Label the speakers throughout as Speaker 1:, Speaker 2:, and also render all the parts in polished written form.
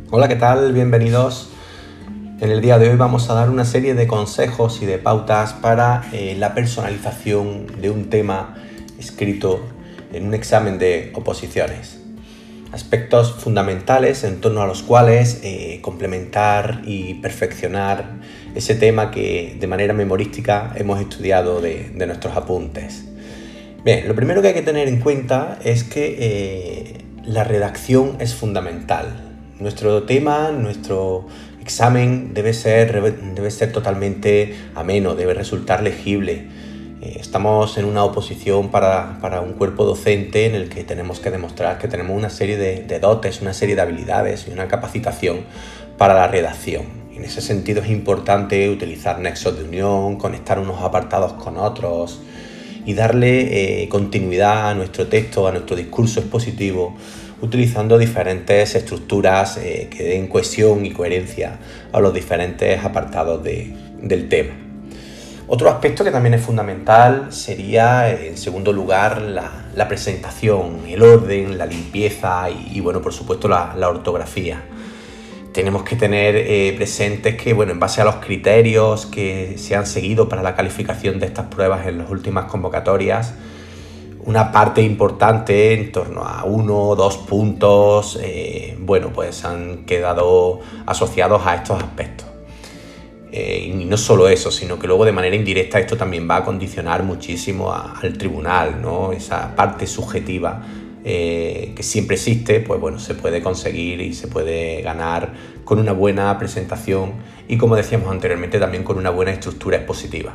Speaker 1: Hola, ¿qué tal? Bienvenidos. En el día de hoy vamos a dar una serie de consejos y de pautas para la personalización de un tema escrito en un examen de oposiciones. Aspectos fundamentales en torno a los cuales complementar y perfeccionar ese tema que de manera memorística hemos estudiado de nuestros apuntes. Bien, lo primero que hay que tener en cuenta es que la redacción es fundamental. Nuestro tema, nuestro examen debe ser totalmente ameno, debe resultar legible. Estamos en una oposición para un cuerpo docente en el que tenemos que demostrar que tenemos una serie de dotes, una serie de habilidades y una capacitación para la redacción. En ese sentido es importante utilizar nexos de unión, conectar unos apartados con otros y darle continuidad a nuestro texto, a nuestro discurso expositivo, utilizando diferentes estructuras que den cohesión y coherencia a los diferentes apartados del tema. Otro aspecto que también es fundamental sería, en segundo lugar, la presentación, el orden, la limpieza y bueno, por supuesto, la ortografía. Tenemos que tener presentes que, bueno, en base a los criterios que se han seguido para la calificación de estas pruebas en las últimas convocatorias, una parte importante, en torno a 1 o 2 puntos, bueno, pues han quedado asociados a estos aspectos. Y no solo eso, sino que luego de manera indirecta esto también va a condicionar muchísimo al tribunal, ¿no? Esa parte subjetiva que siempre existe, pues bueno, se puede conseguir y se puede ganar con una buena presentación y, como decíamos anteriormente, también con una buena estructura expositiva.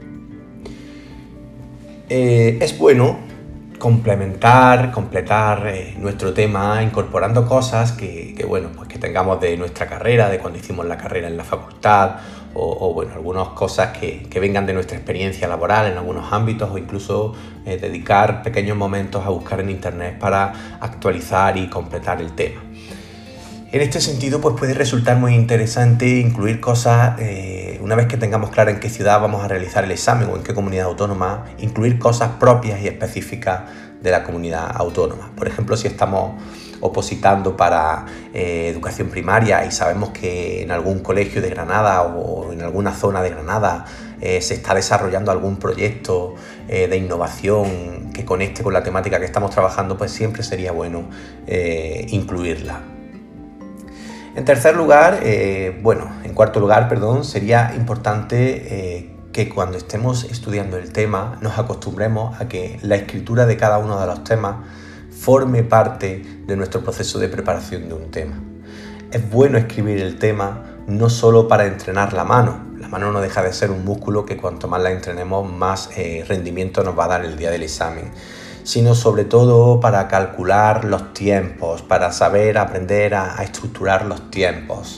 Speaker 1: Es bueno completar nuestro tema incorporando cosas que tengamos de nuestra carrera, de cuando hicimos la carrera en la facultad o bueno, algunas cosas que vengan de nuestra experiencia laboral en algunos ámbitos, o incluso dedicar pequeños momentos a buscar en internet para actualizar y completar el tema. En este sentido, pues puede resultar muy interesante incluir cosas, una vez que tengamos claro en qué ciudad vamos a realizar el examen o en qué comunidad autónoma, incluir cosas propias y específicas de la comunidad autónoma. Por ejemplo, si estamos opositando para educación primaria y sabemos que en algún colegio de Granada o en alguna zona de Granada se está desarrollando algún proyecto de innovación que conecte con la temática que estamos trabajando, pues siempre sería bueno incluirla. En cuarto lugar, sería importante que cuando estemos estudiando el tema nos acostumbremos a que la escritura de cada uno de los temas forme parte de nuestro proceso de preparación de un tema. Es bueno escribir el tema no solo para entrenar la mano. La mano no deja de ser un músculo que cuanto más la entrenemos, más rendimiento nos va a dar el día del examen, sino sobre todo para calcular los tiempos, para saber aprender a estructurar los tiempos.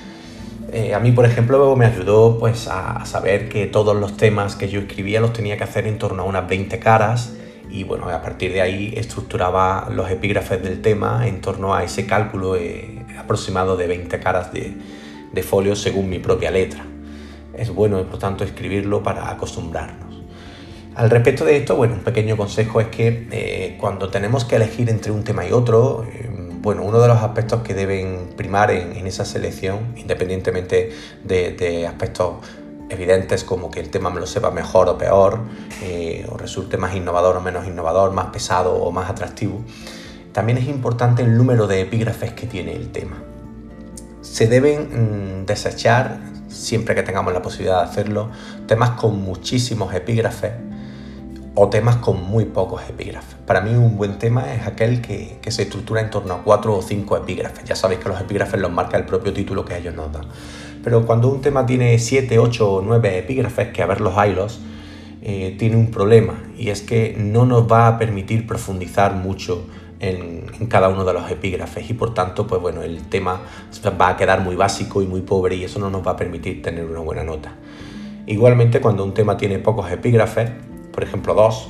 Speaker 1: A mí, por ejemplo, me ayudó pues, a saber que todos los temas que yo escribía los tenía que hacer en torno a unas 20 caras y bueno, a partir de ahí estructuraba los epígrafes del tema en torno a ese cálculo aproximado de 20 caras de folio según mi propia letra. Es bueno, por tanto, escribirlo para acostumbrarnos. Al respecto de esto, bueno, un pequeño consejo es que cuando tenemos que elegir entre un tema y otro, uno de los aspectos que deben primar en esa selección, independientemente de aspectos evidentes como que el tema me lo sepa mejor o peor, o resulte más innovador o menos innovador, más pesado o más atractivo, también es importante el número de epígrafes que tiene el tema. Se deben desechar, siempre que tengamos la posibilidad de hacerlo, temas con muchísimos epígrafes o temas con muy pocos epígrafes. Para mí un buen tema es aquel que se estructura en torno a 4 o 5 epígrafes. Ya sabéis que los epígrafes los marca el propio título que ellos nos dan. Pero cuando un tema tiene 7, 8 o 9 epígrafes, que a ver los haylos, tiene un problema, y es que no nos va a permitir profundizar mucho en cada uno de los epígrafes y por tanto pues bueno, el tema va a quedar muy básico y muy pobre y eso no nos va a permitir tener una buena nota. Igualmente, cuando un tema tiene pocos epígrafes, por ejemplo 2,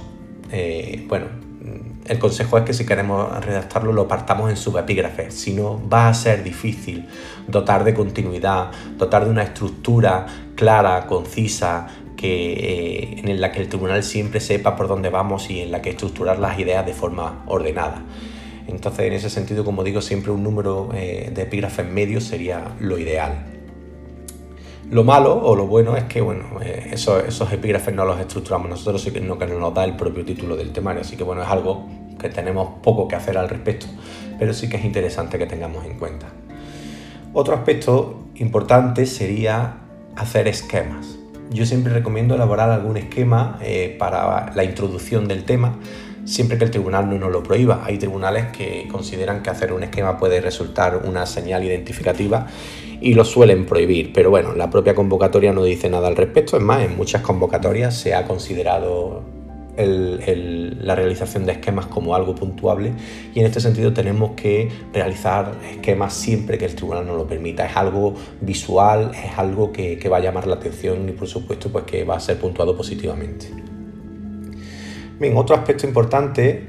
Speaker 1: el consejo es que si queremos redactarlo lo partamos en subepígrafes, si no va a ser difícil dotar de continuidad, dotar de una estructura clara, concisa, en la que el tribunal siempre sepa por dónde vamos y en la que estructurar las ideas de forma ordenada. Entonces, en ese sentido, como digo, siempre un número de epígrafes medio sería lo ideal. Lo malo o lo bueno es que esos epígrafes no los estructuramos nosotros, sino que nos da el propio título del temario, así que es algo que tenemos poco que hacer al respecto, pero sí que es interesante que tengamos en cuenta. Otro aspecto importante sería hacer esquemas. Yo siempre recomiendo elaborar algún esquema para la introducción del tema, siempre que el tribunal no nos lo prohíba. Hay tribunales que consideran que hacer un esquema puede resultar una señal identificativa y lo suelen prohibir, pero la propia convocatoria no dice nada al respecto. Es más, en muchas convocatorias se ha considerado la realización de esquemas como algo puntuable, y en este sentido tenemos que realizar esquemas siempre que el tribunal nos lo permita. Es algo visual, es algo que va a llamar la atención y por supuesto que va a ser puntuado positivamente. Bien, otro aspecto importante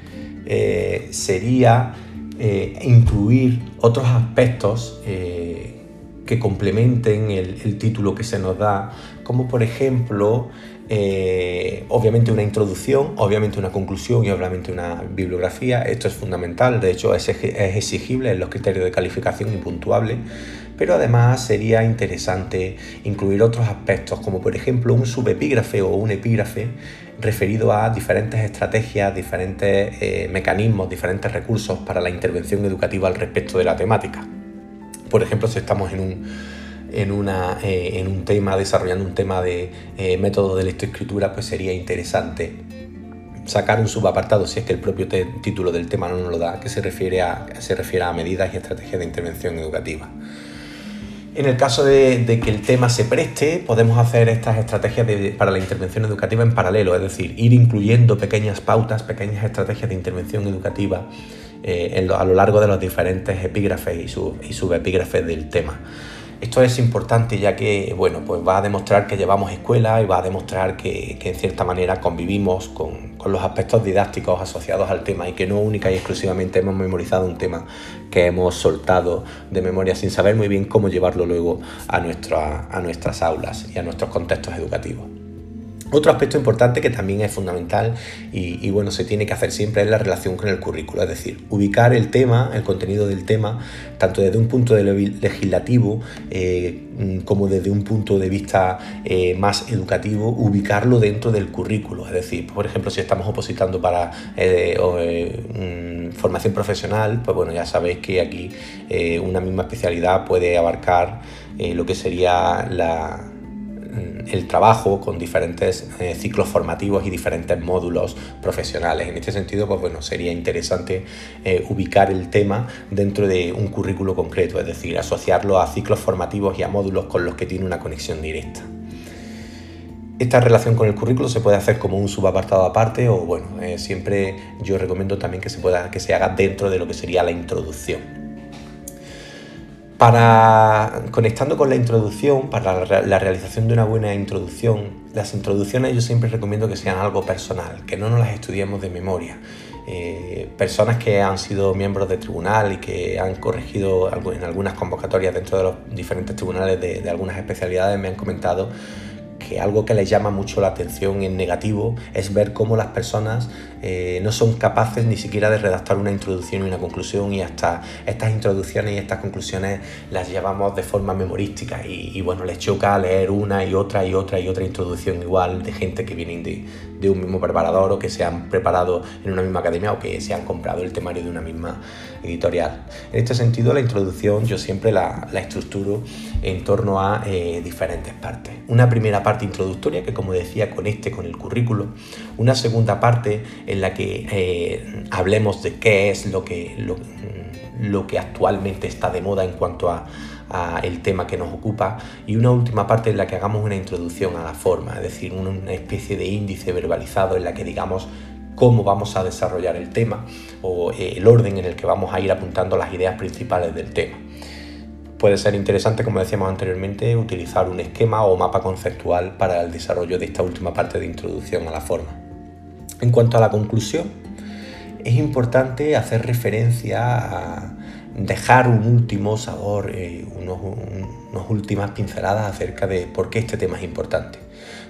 Speaker 1: sería incluir otros aspectos que complementen el título que se nos da, como por ejemplo obviamente una introducción, obviamente una conclusión y obviamente una bibliografía. Esto es fundamental, de hecho es exigible en los criterios de calificación y puntuable, pero además sería interesante incluir otros aspectos, como por ejemplo un subepígrafe o un epígrafe referido a diferentes estrategias, diferentes mecanismos, diferentes recursos para la intervención educativa al respecto de la temática. Por ejemplo, si estamos en un tema, desarrollando un tema de método de lectoescritura, pues sería interesante sacar un subapartado, si es que el propio título del tema no nos lo da, que se refiere a medidas y estrategias de intervención educativa. En el caso de que el tema se preste, podemos hacer estas estrategias para la intervención educativa en paralelo, es decir, ir incluyendo pequeñas pautas, pequeñas estrategias de intervención educativa a lo largo de los diferentes epígrafes y subepígrafes del tema. Esto es importante, ya que va a demostrar que llevamos escuela y va a demostrar que en cierta manera convivimos con los aspectos didácticos asociados al tema, y que no única y exclusivamente hemos memorizado un tema que hemos soltado de memoria sin saber muy bien cómo llevarlo luego a nuestras aulas y a nuestros contextos educativos. Otro aspecto importante que también es fundamental y se tiene que hacer siempre es la relación con el currículo, es decir, ubicar el tema, el contenido del tema, tanto desde un punto de legislativo como desde un punto de vista más educativo, ubicarlo dentro del currículo. Es decir, por ejemplo, si estamos opositando para formación profesional, pues ya sabéis que aquí una misma especialidad puede abarcar lo que sería el trabajo con diferentes ciclos formativos y diferentes módulos profesionales. En este sentido, sería interesante ubicar el tema dentro de un currículo concreto, es decir, asociarlo a ciclos formativos y a módulos con los que tiene una conexión directa. Esta relación con el currículo se puede hacer como un subapartado aparte o siempre yo recomiendo también que se haga dentro de lo que sería la introducción. Conectando con la introducción, para la realización de una buena introducción, las introducciones yo siempre recomiendo que sean algo personal, que no nos las estudiemos de memoria. Personas que han sido miembros de tribunal y que han corregido en algunas convocatorias dentro de los diferentes tribunales de algunas especialidades me han comentado que algo que les llama mucho la atención en negativo es ver cómo las personas no son capaces ni siquiera de redactar una introducción y una conclusión, y hasta estas introducciones y estas conclusiones las llevamos de forma memorística y les choca leer una y otra introducción igual de gente que vienen de un mismo preparador o que se han preparado en una misma academia o que se han comprado el temario de una misma editorial. En este sentido, la introducción yo siempre la estructuro en torno a diferentes partes. Una primera parte introductoria que, como decía, conecte con el currículo. Una segunda parte en la que hablemos de qué es lo que actualmente está de moda en cuanto a el tema que nos ocupa, y una última parte en la que hagamos una introducción a la forma, es decir, una especie de índice verbalizado en la que digamos cómo vamos a desarrollar el tema o el orden en el que vamos a ir apuntando las ideas principales del tema. Puede ser interesante, como decíamos anteriormente, utilizar un esquema o mapa conceptual para el desarrollo de esta última parte de introducción a la forma. En cuanto a la conclusión, es importante hacer referencia a dejar un último sabor, unas últimas pinceladas acerca de por qué este tema es importante.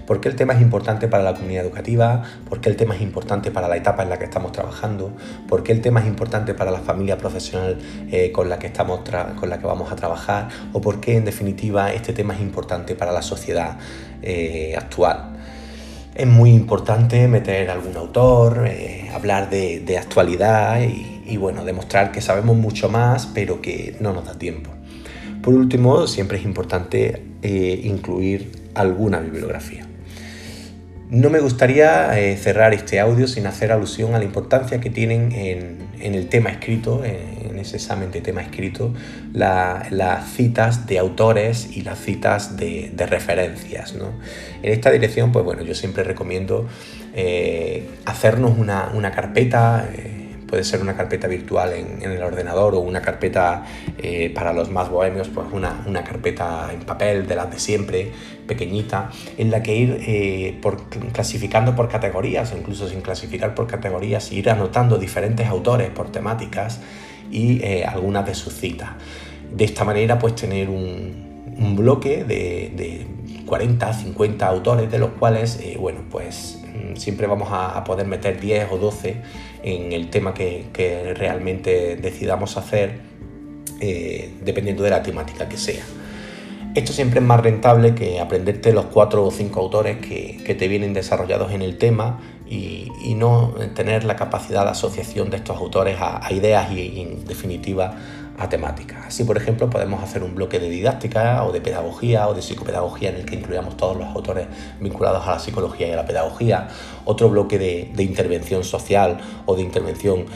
Speaker 1: ¿Por qué el tema es importante para la comunidad educativa? ¿Por qué el tema es importante para la etapa en la que estamos trabajando? ¿Por qué el tema es importante para la familia profesional con la que vamos a trabajar? ¿O por qué, en definitiva, este tema es importante para la sociedad actual? Es muy importante meter algún autor, hablar de actualidad y bueno, demostrar que sabemos mucho más, pero que no nos da tiempo. Por último, siempre es importante incluir alguna bibliografía. No me gustaría cerrar este audio sin hacer alusión a la importancia que tienen en el tema escrito, en ese examen de tema escrito, las citas de autores y las citas de referencias, ¿no? En esta dirección, pues bueno, yo siempre recomiendo hacernos una carpeta. Puede ser una carpeta virtual en el ordenador o una carpeta para los más bohemios, pues una carpeta en papel de las de siempre, pequeñita, en la que ir clasificando por categorías, o incluso sin clasificar por categorías, ir anotando diferentes autores por temáticas y algunas de sus citas. De esta manera, pues tener un bloque de 40, 50 autores, de los cuales, siempre vamos a poder meter 10 o 12 en el tema que realmente decidamos hacer, dependiendo de la temática que sea. Esto siempre es más rentable que aprenderte los 4 o 5 autores que te vienen desarrollados en el tema y no tener la capacidad de asociación de estos autores a ideas y, en definitiva, a temáticas. Así, por ejemplo, podemos hacer un bloque de didáctica o de pedagogía o de psicopedagogía en el que incluyamos todos los autores vinculados a la psicología y a la pedagogía, otro bloque de intervención social o de intervención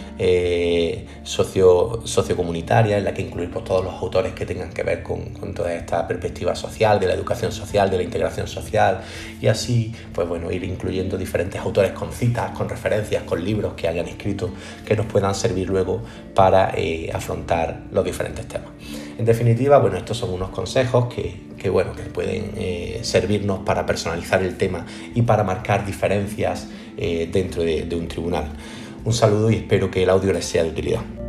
Speaker 1: sociocomunitaria en la que incluimos todos los autores que tengan que ver con toda esta perspectiva social, de la educación social, de la integración social, y así, pues bueno, ir incluyendo diferentes autores con citas, con referencias, con libros que hayan escrito que nos puedan servir luego para afrontar los diferentes temas. En definitiva, bueno, estos son unos consejos que pueden servirnos para personalizar el tema y para marcar diferencias dentro de un tribunal. Un saludo y espero que el audio les sea de utilidad.